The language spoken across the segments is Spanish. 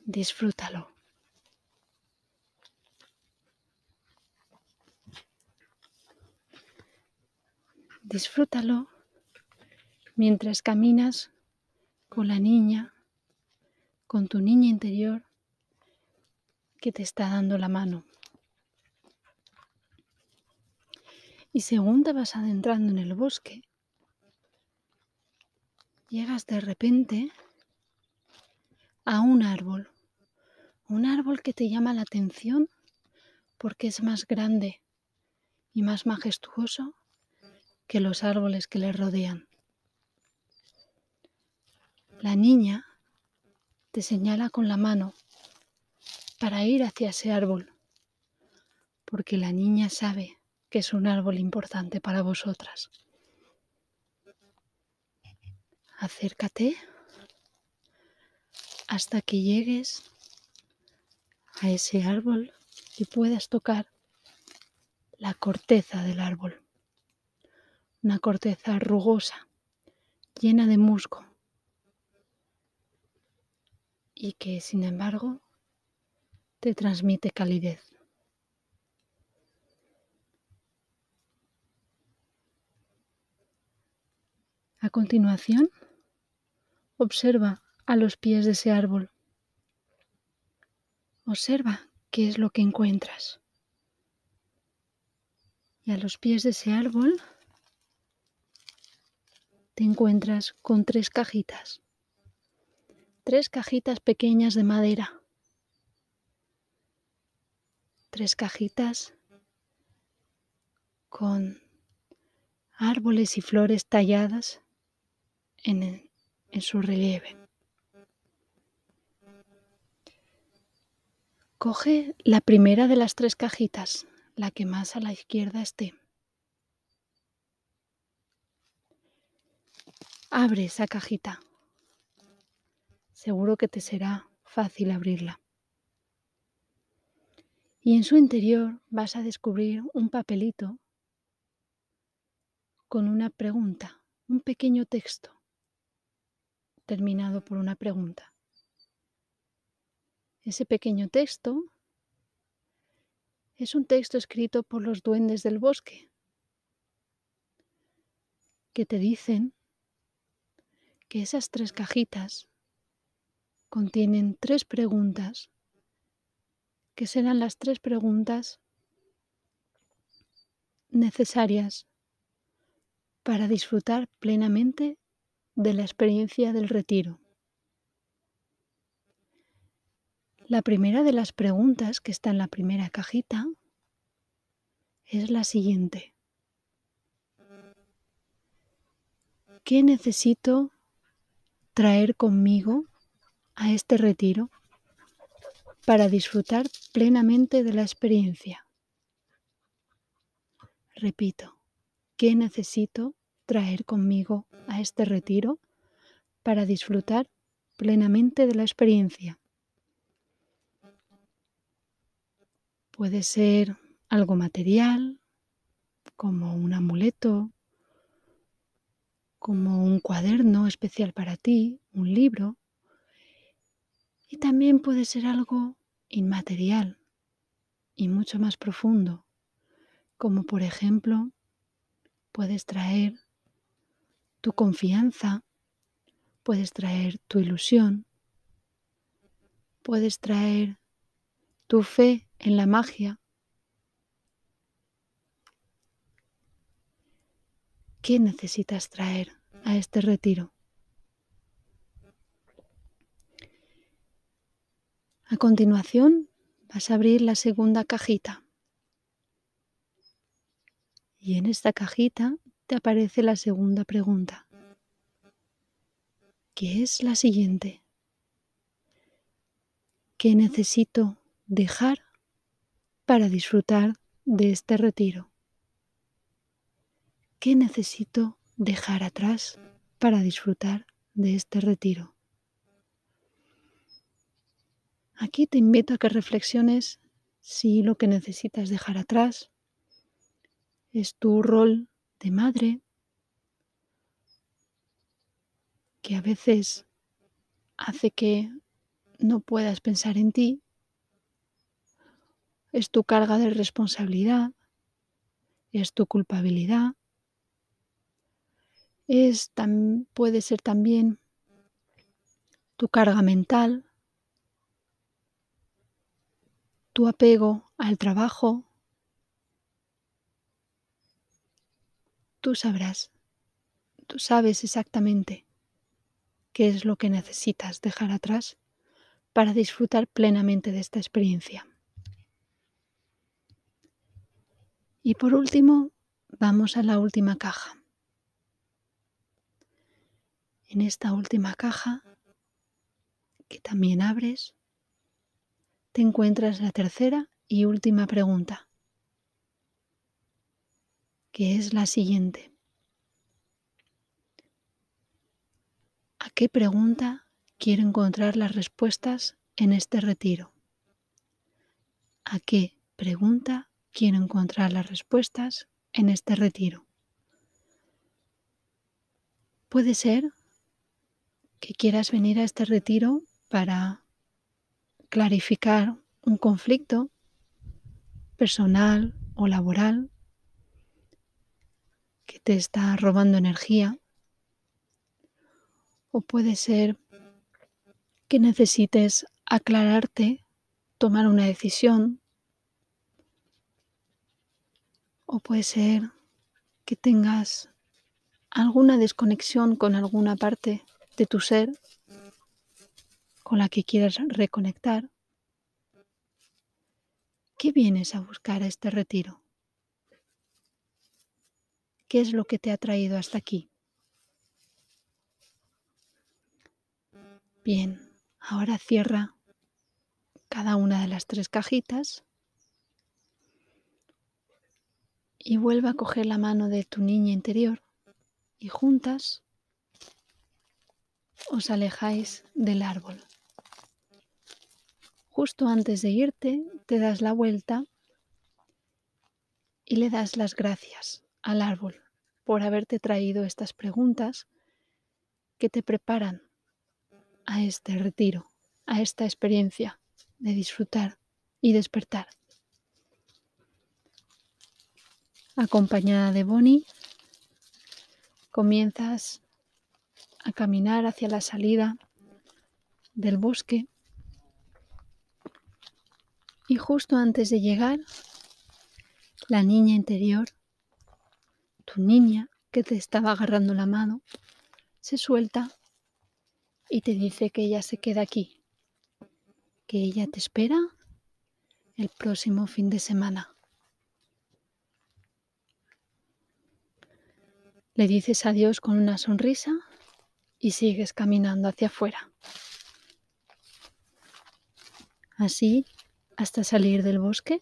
Disfrútalo. Disfrútalo mientras caminas con la niña, con tu niña interior que te está dando la mano. Y según te vas adentrando en el bosque, llegas de repente a un árbol que te llama la atención porque es más grande y más majestuoso que los árboles que le rodean. La niña te señala con la mano para ir hacia ese árbol, porque la niña sabe que es un árbol importante para vosotras. Acércate hasta que llegues a ese árbol y puedas tocar la corteza del árbol. Una corteza rugosa, llena de musgo, y que, sin embargo, te transmite calidez. A continuación, observa a los pies de ese árbol. Observa qué es lo que encuentras. Y a los pies de ese árbol te encuentras con 3 cajitas. 3 cajitas pequeñas de madera. 3 cajitas con árboles y flores talladas en su relieve. Coge la primera de las 3 cajitas, la que más a la izquierda esté. Abre esa cajita. Seguro que te será fácil abrirla. Y en su interior vas a descubrir un papelito con una pregunta, un pequeño texto terminado por una pregunta. Ese pequeño texto es un texto escrito por los duendes del bosque que te dicen que esas 3 cajitas contienen 3 preguntas que serán las 3 preguntas necesarias para disfrutar plenamente de la experiencia del retiro. La primera de las preguntas que está en la primera cajita es la siguiente. ¿Qué necesito traer conmigo a este retiro para disfrutar plenamente de la experiencia? Repito, ¿qué necesito traer conmigo a este retiro para disfrutar plenamente de la experiencia? Puede ser algo material, como un amuleto, como un cuaderno especial para ti, un libro. Y también puede ser algo inmaterial y mucho más profundo, como por ejemplo, puedes traer tu confianza, puedes traer tu ilusión, puedes traer tu fe en la magia. ¿Qué necesitas traer a este retiro? A continuación, vas a abrir la segunda cajita. Y en esta cajita te aparece la segunda pregunta, que es la siguiente. ¿Qué necesito dejar para disfrutar de este retiro? ¿Qué necesito dejar atrás para disfrutar de este retiro? Aquí te invito a que reflexiones si lo que necesitas dejar atrás es tu rol de madre, que a veces hace que no puedas pensar en ti, es tu carga de responsabilidad, es tu culpabilidad, puede ser también tu carga mental, tu apego al trabajo. Tú sabrás, tú sabes exactamente qué es lo que necesitas dejar atrás para disfrutar plenamente de esta experiencia. Y por último, vamos a la última caja. En esta última caja, que también abres, te encuentras la tercera y última pregunta, que es la siguiente. ¿A qué pregunta quiero encontrar las respuestas en este retiro? ¿A qué pregunta quiero encontrar las respuestas en este retiro? Puede ser que quieras venir a este retiro para clarificar un conflicto personal o laboral que te está robando energía, o puede ser que necesites aclararte, tomar una decisión, o puede ser que tengas alguna desconexión con alguna parte de tu ser con la que quieras reconectar. ¿Qué vienes a buscar a este retiro? ¿Qué es lo que te ha traído hasta aquí? Bien, ahora cierra cada una de las 3 cajitas y vuelve a coger la mano de tu niña interior y juntas os alejáis del árbol. Justo antes de irte, te das la vuelta y le das las gracias al árbol por haberte traído estas preguntas que te preparan a este retiro, a esta experiencia de disfrutar y despertar. Acompañada de Bonnie, comienzas a caminar hacia la salida del bosque y justo antes de llegar, la niña interior, tu niña que te estaba agarrando la mano, se suelta y te dice que ella se queda aquí, que ella te espera el próximo fin de semana. Le dices adiós con una sonrisa y sigues caminando hacia afuera. Así hasta salir del bosque,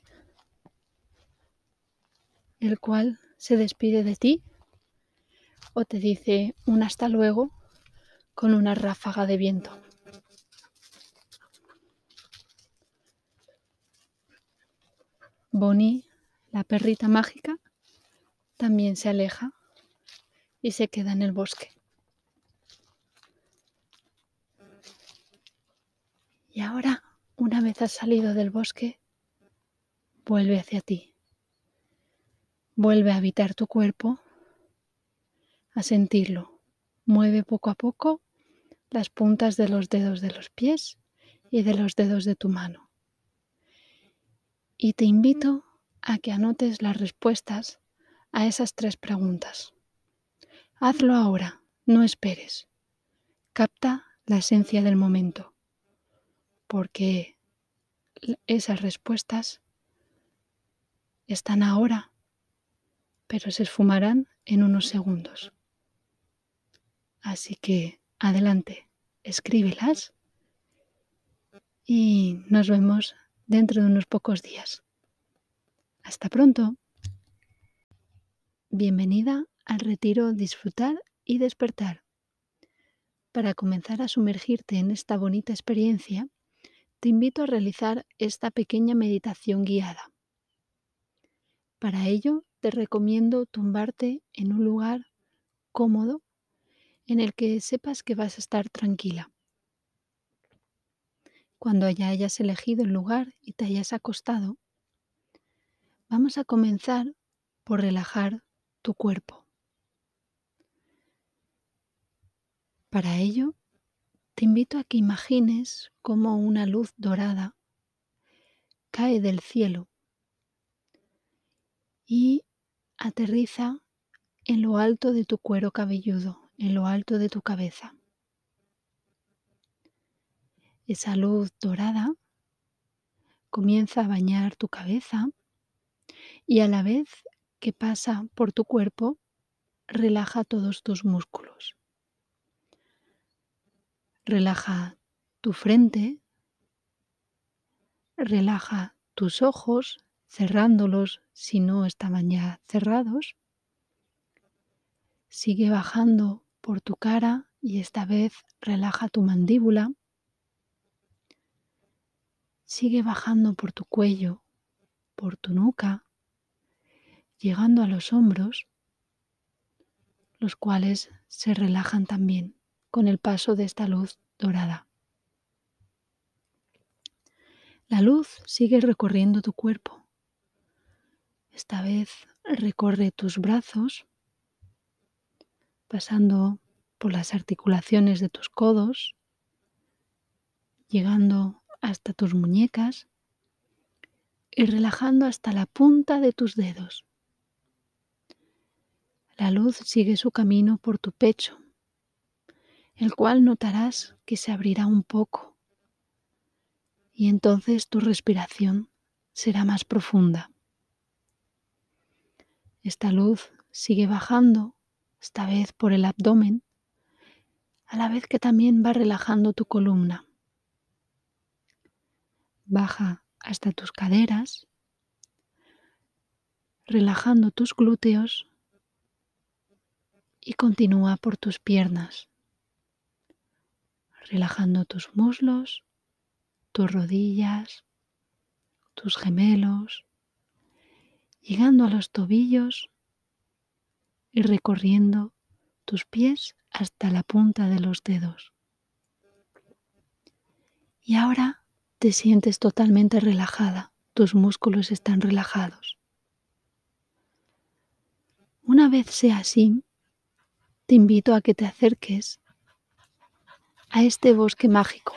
el cual se despide de ti o te dice un hasta luego con una ráfaga de viento. Bonnie, la perrita mágica, también se aleja y se queda en el bosque. Y ahora, una vez has salido del bosque, vuelve hacia ti. Vuelve a habitar tu cuerpo, a sentirlo. Mueve poco a poco las puntas de los dedos de los pies y de los dedos de tu mano. Y te invito a que anotes las respuestas a esas 3 preguntas. Hazlo ahora, no esperes. Capta la esencia del momento, porque esas respuestas están ahora, pero se esfumarán en unos segundos. Así que adelante, escríbelas y nos vemos dentro de unos pocos días. Hasta pronto. Bienvenida al retiro Disfrutar y Despertar. Para comenzar a sumergirte en esta bonita experiencia, te invito a realizar esta pequeña meditación guiada. Para ello, te recomiendo tumbarte en un lugar cómodo en el que sepas que vas a estar tranquila. cuando ya hayas elegido el lugar y te hayas acostado, vamos a comenzar por relajar tu cuerpo. Para ello, te invito a que imagines cómo una luz dorada cae del cielo y aterriza en lo alto de tu cuero cabelludo, en lo alto de tu cabeza. Esa luz dorada comienza a bañar tu cabeza y a la vez que pasa por tu cuerpo, relaja todos tus músculos. Relaja tu frente, relaja tus ojos, cerrándolos si no estaban ya cerrados. Sigue bajando por tu cara y esta vez relaja tu mandíbula. Sigue bajando por tu cuello, por tu nuca, llegando a los hombros, los cuales se relajan también con el paso de esta luz dorada. La luz sigue recorriendo tu cuerpo. Esta vez recorre tus brazos, pasando por las articulaciones de tus codos, llegando hasta tus muñecas y relajando hasta la punta de tus dedos. La luz sigue su camino por tu pecho, el cual notarás que se abrirá un poco y entonces tu respiración será más profunda. Esta luz sigue bajando, esta vez por el abdomen, a la vez que también va relajando tu columna. Baja hasta tus caderas, relajando tus glúteos y continúa por tus piernas, relajando tus muslos, tus rodillas, tus gemelos, llegando a los tobillos y recorriendo tus pies hasta la punta de los dedos. Y ahora te sientes totalmente relajada, tus músculos están relajados. Una vez sea así, te invito a que te acerques a este bosque mágico,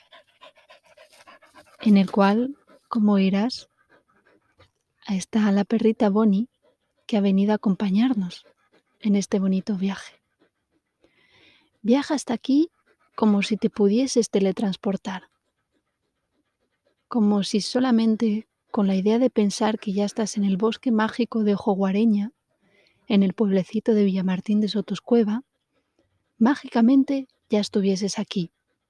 en el cual, como irás, está la perrita Bonnie, que ha venido a acompañarnos en este bonito viaje. Viaja hasta aquí como si te pudieses teletransportar, como si solamente con la idea de pensar que ya estás en el bosque mágico de Ojo Guareña, en el pueblecito de Villamartín de Sotoscueva, mágicamente ya estuvieses aquí.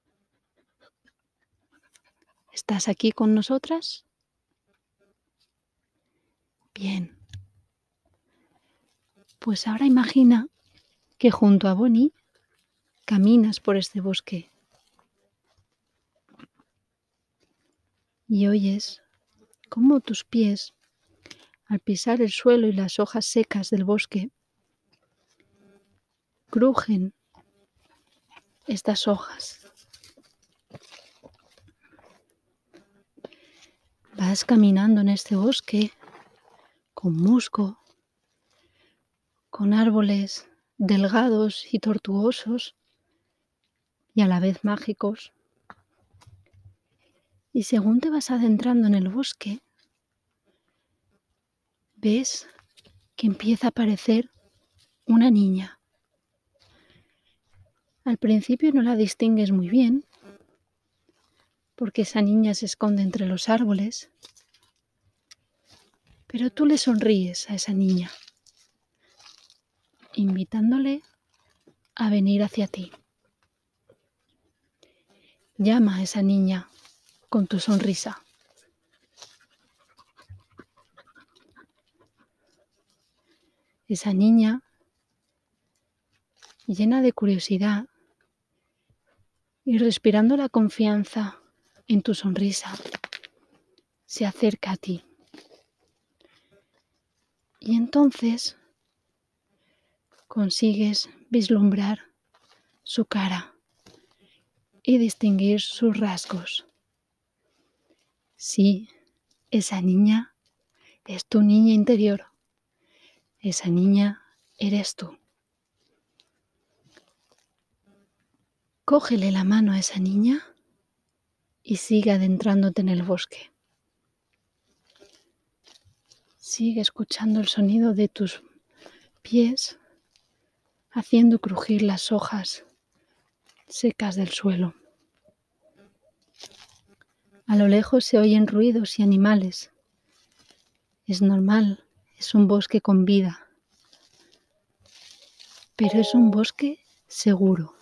¿Estás aquí con nosotras? Bien. Pues ahora imagina que junto a Bonnie caminas por este bosque y oyes cómo tus pies, al pisar el suelo y las hojas secas del bosque, crujen estas hojas. Vas caminando en este bosque con musgo, con árboles delgados y tortuosos y a la vez mágicos. Y según te vas adentrando en el bosque, ves que empieza a aparecer una niña. Al principio no la distingues muy bien, porque esa niña se esconde entre los árboles, pero tú le sonríes a esa niña, invitándole a venir hacia ti. Llama a esa niña con tu sonrisa. Esa niña, llena de curiosidad y respirando la confianza en tu sonrisa, se acerca a ti. Y entonces consigues vislumbrar su cara y distinguir sus rasgos. Sí, esa niña es tu niña interior. Esa niña eres tú. Cógele la mano a esa niña y sigue adentrándote en el bosque. Sigue escuchando el sonido de tus pies haciendo crujir las hojas secas del suelo. A lo lejos se oyen ruidos y animales. Es normal, es un bosque con vida, pero es un bosque seguro.